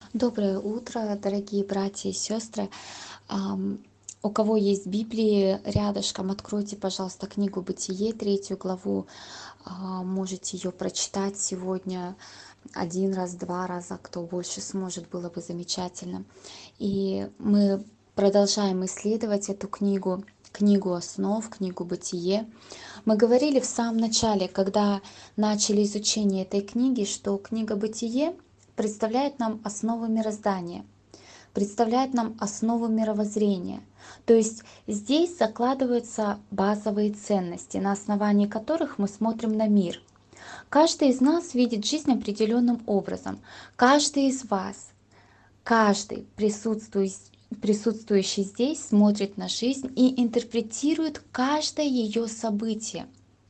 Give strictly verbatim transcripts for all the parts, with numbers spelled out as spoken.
Доброе утро, дорогие братья и сестры. Ам, У кого есть Библии рядышком, откройте, пожалуйста, книгу «Бытие», третью главу. А, Можете ее прочитать сегодня один раз, два раза, кто больше сможет, было бы замечательно. И мы продолжаем исследовать эту книгу, книгу основ, книгу «Бытие». Мы говорили в самом начале, когда начали изучение этой книги, что книга «Бытие» представляет нам основы мироздания, представляет нам основу мировоззрения. То есть здесь закладываются базовые ценности, на основании которых мы смотрим на мир. Каждый из нас видит жизнь определенным образом. Каждый из вас, каждый присутствующий, присутствующий здесь смотрит на жизнь и интерпретирует каждое ее событие.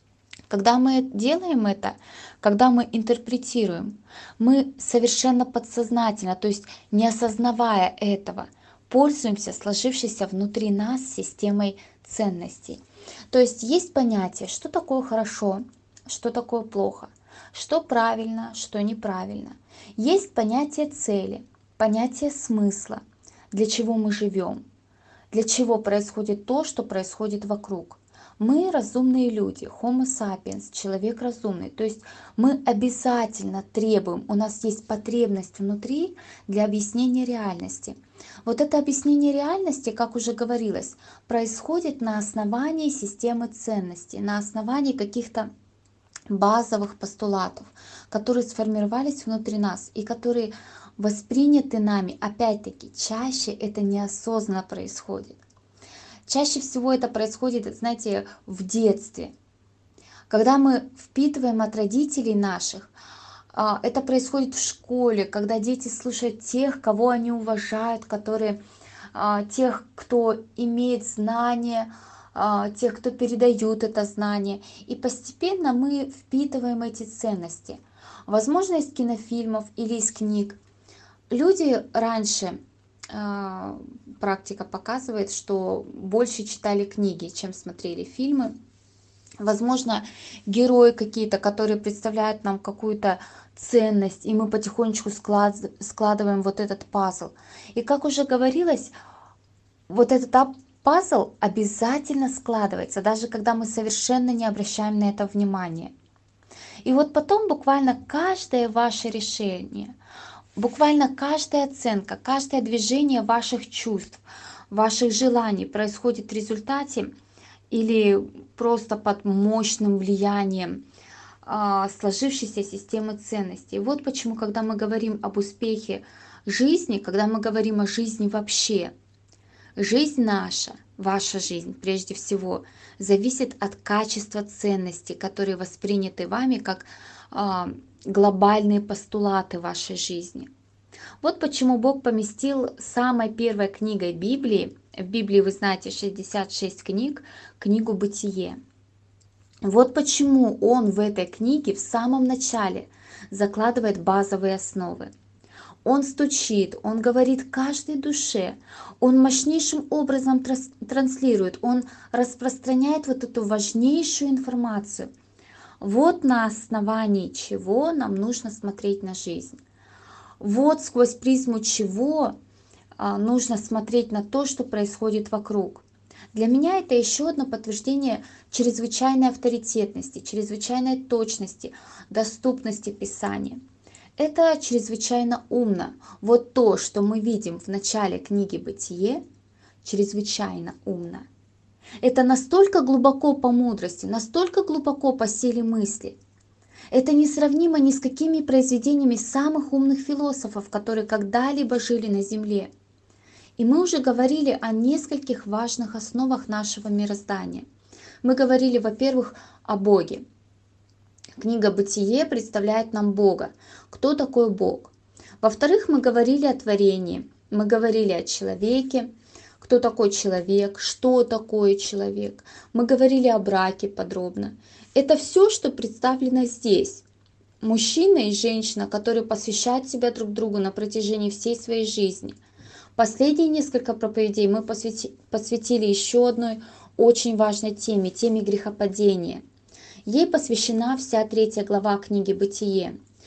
Когда мы делаем это, когда мы интерпретируем, мы совершенно подсознательно, то есть не осознавая этого, пользуемся сложившейся внутри нас системой ценностей. То есть есть понятие, что такое хорошо, что такое плохо, что правильно, что неправильно. Есть понятие цели, понятие смысла, для чего мы живем, для чего происходит то, что происходит вокруг. Мы разумные люди, Homo sapiens, человек разумный. То есть мы обязательно требуем, у нас есть потребность внутри для объяснения реальности. Вот это объяснение реальности, как уже говорилось, происходит на основании системы ценностей, на основании каких-то базовых постулатов, которые сформировались внутри нас и которые восприняты нами. Опять-таки, чаще это неосознанно происходит. Чаще всего это происходит, знаете, в детстве, когда мы впитываем от родителей наших. а, Это происходит в школе, когда дети слушают тех, кого они уважают, которые, а, тех, кто имеет знания, а, тех, кто передают это знание. И постепенно мы впитываем эти ценности. Возможно, из кинофильмов или из книг. Люди раньше, а, практика показывает, что больше читали книги, чем смотрели фильмы. Возможно, герои какие-то, которые представляют нам какую-то ценность, и мы потихонечку склад- складываем вот этот пазл. И как уже говорилось, вот этот ап- пазл обязательно складывается, даже когда мы совершенно не обращаем на это внимания. И вот потом буквально каждое ваше решение, буквально каждая оценка, каждое движение ваших чувств, ваших желаний происходит в результате или просто под мощным влиянием а, сложившейся системы ценностей. Вот почему, когда мы говорим об успехе жизни, когда мы говорим о жизни вообще, жизнь наша, ваша жизнь прежде всего, зависит от качества ценностей, которые восприняты вами как а, глобальные постулаты вашей жизни. Вот почему Бог поместил самой первой книгой Библии, в Библии, вы знаете, шестьдесят шесть книг, книгу «Бытие». Вот почему Он в этой книге в самом начале закладывает базовые основы. Он стучит, он говорит каждой душе, он мощнейшим образом трас- транслирует, он распространяет вот эту важнейшую информацию. Вот на основании чего нам нужно смотреть на жизнь. Вот сквозь призму чего а, нужно смотреть на то, что происходит вокруг. Для меня это еще одно подтверждение чрезвычайной авторитетности, чрезвычайной точности, доступности Писания. Это чрезвычайно умно. Вот то, что мы видим в начале книги «Бытие», чрезвычайно умно. Это настолько глубоко по мудрости, настолько глубоко по силе мысли. Это несравнимо ни с какими произведениями самых умных философов, которые когда-либо жили на Земле. И мы уже говорили о нескольких важных основах нашего мироздания. Мы говорили, во-первых, о Боге. Книга «Бытие» представляет нам Бога. Кто такой Бог? Во-вторых, мы говорили о творении, мы говорили о человеке, кто такой человек, что такое человек. Мы говорили о браке подробно. Это все, что представлено здесь. Мужчина и женщина, которые посвящают себя друг другу на протяжении всей своей жизни. Последние несколько проповедей мы посвяти- посвятили еще одной очень важной теме, теме грехопадения. Ей посвящена вся третья глава книги «Бытие».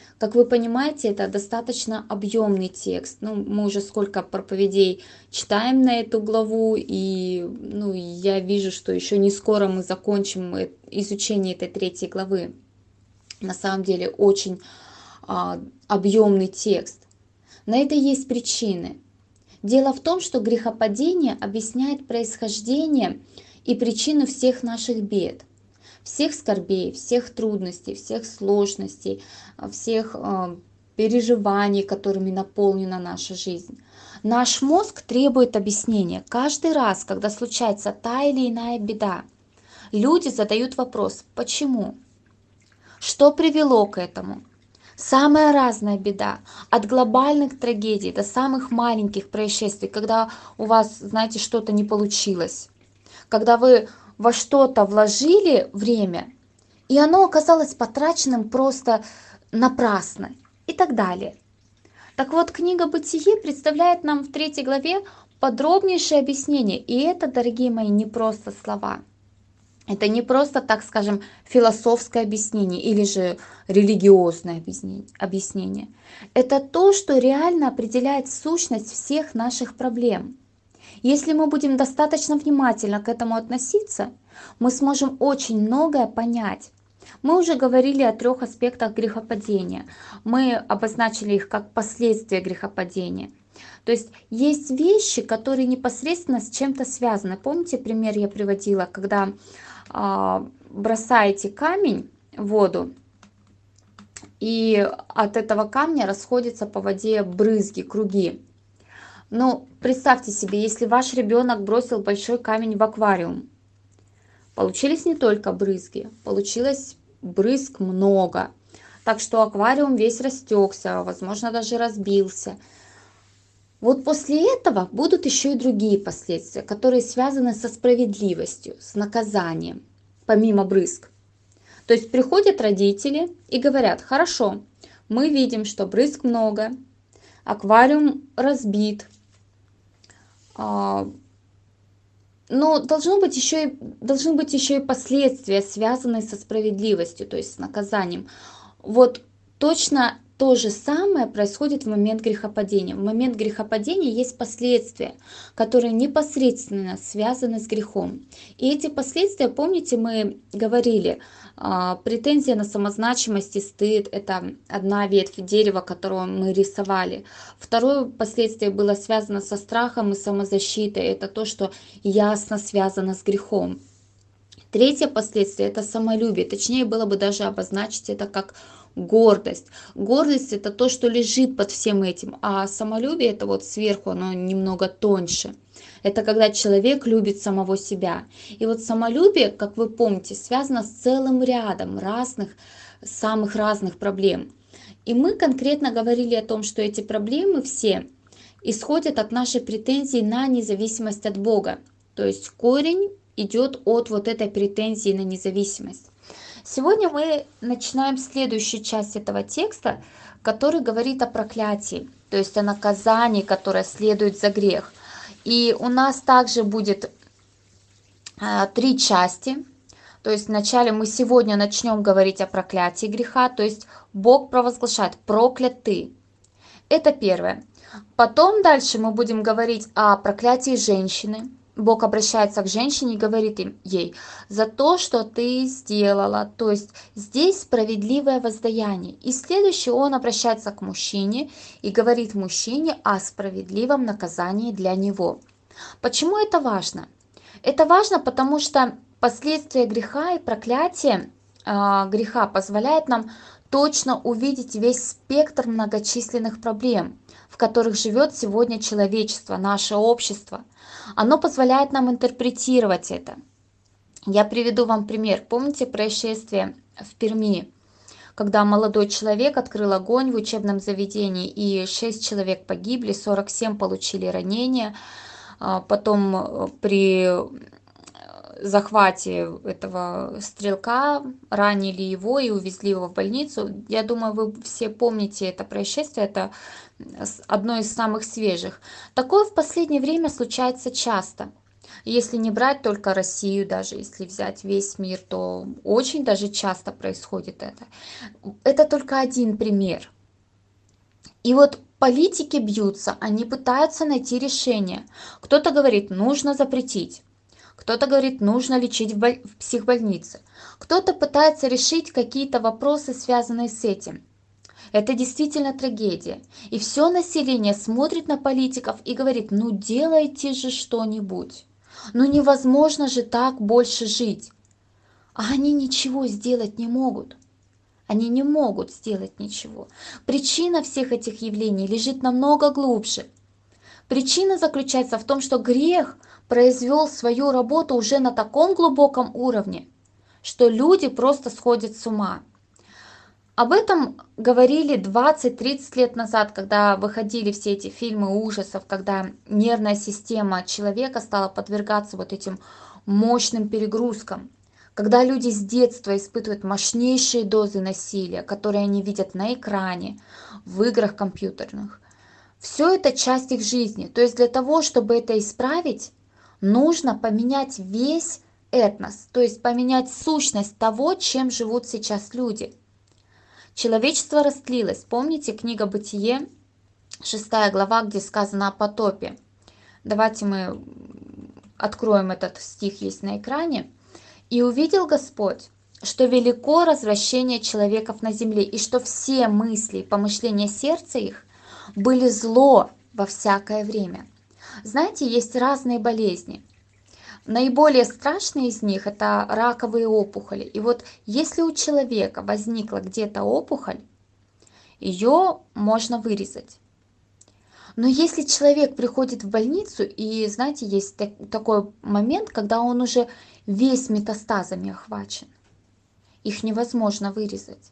Как вы понимаете, это достаточно объемный текст. Ну, мы уже сколько проповедей читаем на эту главу, и ну, я вижу, что еще не скоро мы закончим э- изучение этой третьей главы. На самом деле очень а, объемный текст. На это есть причины. Дело в том, что грехопадение объясняет происхождение и причину всех наших бед, всех скорбей, всех трудностей, всех сложностей, а, всех э, переживаний, которыми наполнена наша жизнь. Наш мозг требует объяснения. Каждый раз, когда случается та или иная беда, люди задают вопрос: почему? Что привело к этому? Самая разная беда, от глобальных трагедий до самых маленьких происшествий, когда у вас, знаете, что-то не получилось, когда вы во что-то вложили время, и оно оказалось потраченным просто напрасно и так далее. Так вот, книга «Бытие» представляет нам в третьей главе подробнейшее объяснение, и это, дорогие мои, не просто слова. Это не просто, так скажем, философское объяснение или же религиозное объяснение. Это то, что реально определяет сущность всех наших проблем. Если мы будем достаточно внимательно к этому относиться, мы сможем очень многое понять. Мы уже говорили о трех аспектах грехопадения. Мы обозначили их как последствия грехопадения. То есть есть вещи, которые непосредственно с чем-то связаны. Помните, пример я приводила, когда а, бросаете камень в воду, и от этого камня расходятся по воде брызги, круги. Но представьте себе, если ваш ребенок бросил большой камень в аквариум, получились не только брызги, получилось брызг много. Так что аквариум весь растекся, возможно, даже разбился. Вот после этого будут еще и другие последствия, которые связаны со справедливостью, с наказанием, помимо брызг. То есть приходят родители и говорят: хорошо, мы видим, что брызг много, аквариум разбит, но должно быть еще и, должны быть еще и последствия, связанные со справедливостью, то есть с наказанием. Вот точно то же самое происходит в момент грехопадения. В момент грехопадения есть последствия, которые непосредственно связаны с грехом. И эти последствия, помните, мы говорили, а, претензия на самозначимость и стыд — это одна ветвь дерева, которую мы рисовали. Второе последствие было связано со страхом и самозащитой. Это то, что ясно связано с грехом. Третье последствие — это самолюбие. Точнее было бы даже обозначить это как гордость. Гордость — это то, что лежит под всем этим, а самолюбие — это вот сверху, оно немного тоньше. Это когда человек любит самого себя. И вот самолюбие, как вы помните, связано с целым рядом разных, самых разных проблем. И мы конкретно говорили о том, что эти проблемы все исходят от нашей претензии на независимость от Бога. То есть корень идет от вот этой претензии на независимость. Сегодня мы начинаем следующую часть этого текста, который говорит о проклятии, то есть о наказании, которое следует за грех. И у нас также будет э, три части. То есть вначале мы сегодня начнем говорить о проклятии греха, то есть Бог провозглашает: проклят ты. Это первое. Потом дальше мы будем говорить о проклятии женщины. Бог обращается к женщине и говорит им, ей: за то, что ты сделала. То есть здесь справедливое воздаяние. И следующее, он обращается к мужчине и говорит мужчине о справедливом наказании для него. Почему это важно? Это важно, потому что последствия греха и проклятие э, греха позволяет нам точно увидеть весь спектр многочисленных проблем, в которых живет сегодня человечество, наше общество. Оно позволяет нам интерпретировать это. Я приведу вам пример. Помните происшествие в Перми, когда молодой человек открыл огонь в учебном заведении, и шесть человек погибли, сорок семь получили ранения. Потом при захвате этого стрелка ранили его и увезли его в больницу. Я думаю, вы все помните это происшествие, это одно из самых свежих. Такое в последнее время случается часто. Если не брать только Россию, даже если взять весь мир, то очень даже часто происходит это. Это только один пример. И вот политики бьются, они пытаются найти решение. Кто-то говорит, нужно запретить. Кто-то говорит, нужно лечить в, боль- в психбольнице. Кто-то пытается решить какие-то вопросы, связанные с этим. Это действительно трагедия. И все население смотрит на политиков и говорит, ну делайте же что-нибудь. Ну невозможно же так больше жить. А они ничего сделать не могут. Они не могут сделать ничего. Причина всех этих явлений лежит намного глубже. Причина заключается в том, что грех произвел свою работу уже на таком глубоком уровне, что люди просто сходят с ума. Об этом говорили двадцать-тридцать лет назад, когда выходили все эти фильмы ужасов, когда нервная система человека стала подвергаться вот этим мощным перегрузкам, когда люди с детства испытывают мощнейшие дозы насилия, которые они видят на экране, в играх компьютерных. Все это часть их жизни. То есть для того, чтобы это исправить, нужно поменять весь этнос, то есть поменять сущность того, чем живут сейчас люди. Человечество растлилось. Помните книга «Бытие», шестая глава, где сказано о потопе? Давайте мы откроем этот стих, есть на экране. «И увидел Господь, что велико развращение человеков на земле, и что все мысли и помышления сердца их были зло во всякое время». Знаете, есть разные болезни. Наиболее страшные из них – это раковые опухоли. И вот если у человека возникла где-то опухоль, ее можно вырезать. Но если человек приходит в больницу, и, знаете, есть так- такой момент, когда он уже весь метастазами охвачен, их невозможно вырезать.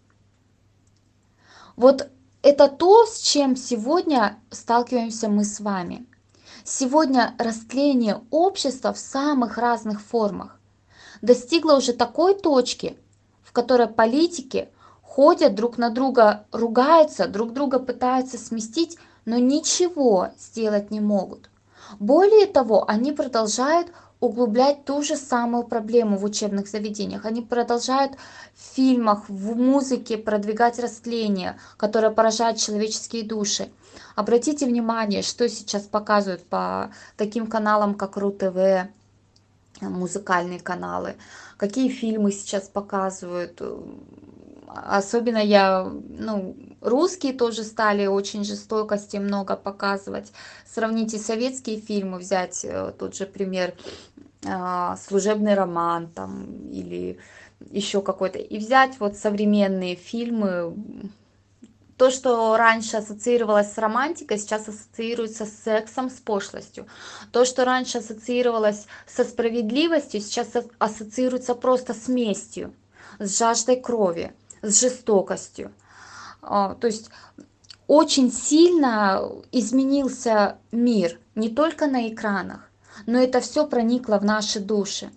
Вот это то, с чем сегодня сталкиваемся мы с вами. Сегодня растление общества в самых разных формах достигло уже такой точки, в которой политики ходят друг на друга, ругаются, друг друга пытаются сместить, но ничего сделать не могут. Более того, они продолжают углублять ту же самую проблему в учебных заведениях. Они продолжают в фильмах, в музыке продвигать растление, которое поражает человеческие души. Обратите внимание, что сейчас показывают по таким каналам, как РУ-ТВ, музыкальные каналы, какие фильмы сейчас показывают. Особенно я, ну, русские тоже стали очень жестокости много показывать. Сравните советские фильмы, взять э, тот же пример а, «Служебный роман» там, или еще какой-то, и взять вот современные фильмы. То, что раньше ассоциировалось с романтикой, сейчас ассоциируется с сексом, с пошлостью. То, что раньше ассоциировалось со справедливостью, сейчас ассоциируется просто с местью, с жаждой крови, с жестокостью. А, То есть очень сильно изменился мир, не только на экранах, но это все проникло в наши души.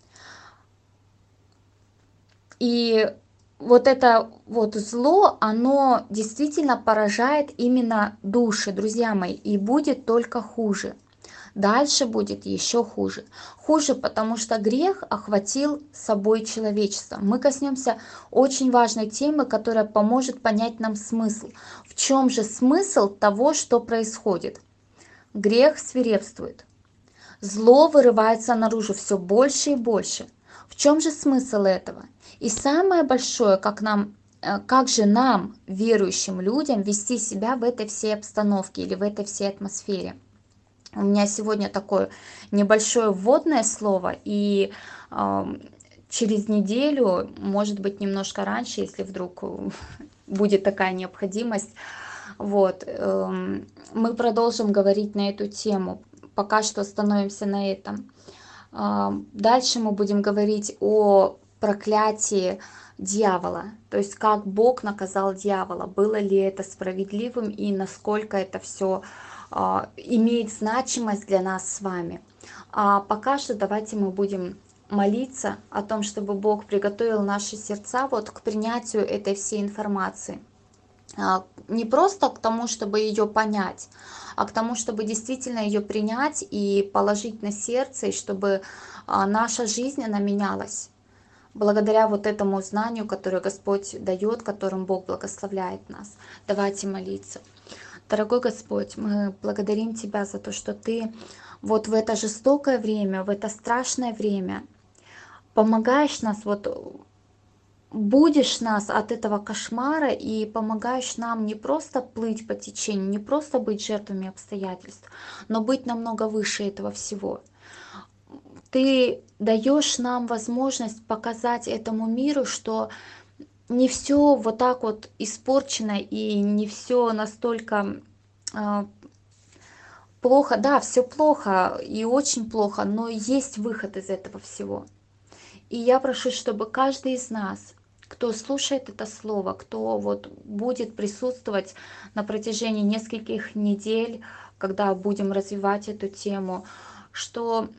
И вот это вот зло, оно действительно поражает именно души, друзья мои, и будет только хуже. Дальше будет еще хуже. Хуже, потому что грех охватил собой человечество. Мы коснемся очень важной темы, которая поможет понять нам смысл. В чем же смысл того, что происходит? Грех свирепствует. Зло вырывается наружу все больше и больше. В чем же смысл этого? И самое большое, как нам, э, как же нам, верующим людям, вести себя в этой всей обстановке или в этой всей атмосфере? У меня сегодня такое небольшое вводное слово, и э, через неделю, может быть, немножко раньше, если вдруг будет такая необходимость, вот, эм, мы продолжим говорить на эту тему. Пока что остановимся на этом. А, Дальше мы будем говорить о проклятии дьявола, то есть как Бог наказал дьявола, было ли это справедливым и насколько это все имеет значимость для нас с вами. А пока что давайте мы будем молиться о том, чтобы Бог приготовил наши сердца вот к принятию этой всей информации. а, не просто к тому, чтобы ее понять, а к тому, чтобы действительно ее принять и положить на сердце, и чтобы а, наша жизнь, она менялась. Благодаря вот этому знанию, которое Господь дает, которым Бог благословляет нас. Давайте молиться. Дорогой Господь, мы благодарим Тебя за то, что Ты вот в это жестокое время, в это страшное время помогаешь нас, вот будешь нас от этого кошмара и помогаешь нам не просто плыть по течению, не просто быть жертвами обстоятельств, но быть намного выше этого всего. Ты даешь нам возможность показать этому миру, что не все вот так вот испорчено и не все настолько а, плохо. Да, все плохо и очень плохо, но есть выход из этого всего. И я прошу, чтобы каждый из нас, кто слушает это слово, кто вот будет присутствовать на протяжении нескольких недель, когда будем развивать эту тему, что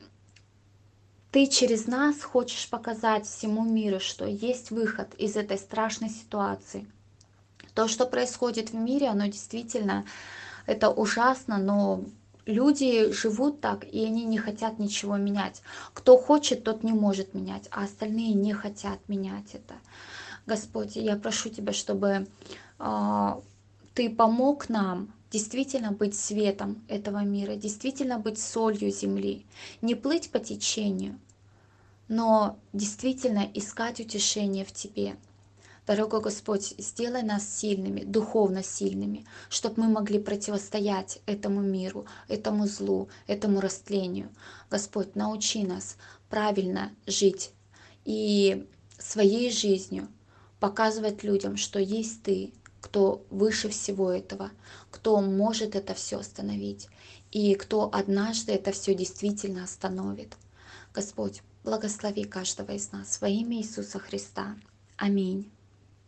ты через нас хочешь показать всему миру, что есть выход из этой страшной ситуации. То, что происходит в мире, оно действительно, это ужасно, но люди живут так, и они не хотят ничего менять. Кто хочет, тот не может менять, а остальные не хотят менять это. Господь, я прошу Тебя, чтобы а, Ты помог нам действительно быть светом этого мира, действительно быть солью земли, не плыть по течению, но действительно искать утешение в Тебе. Дорогой Господь, сделай нас сильными, духовно сильными, чтобы мы могли противостоять этому миру, этому злу, этому растлению. Господь, научи нас правильно жить и своей жизнью показывать людям, что есть Ты, кто выше всего этого, кто может это все остановить и кто однажды это все действительно остановит. Господь, благослови каждого из нас во имя Иисуса Христа. Аминь.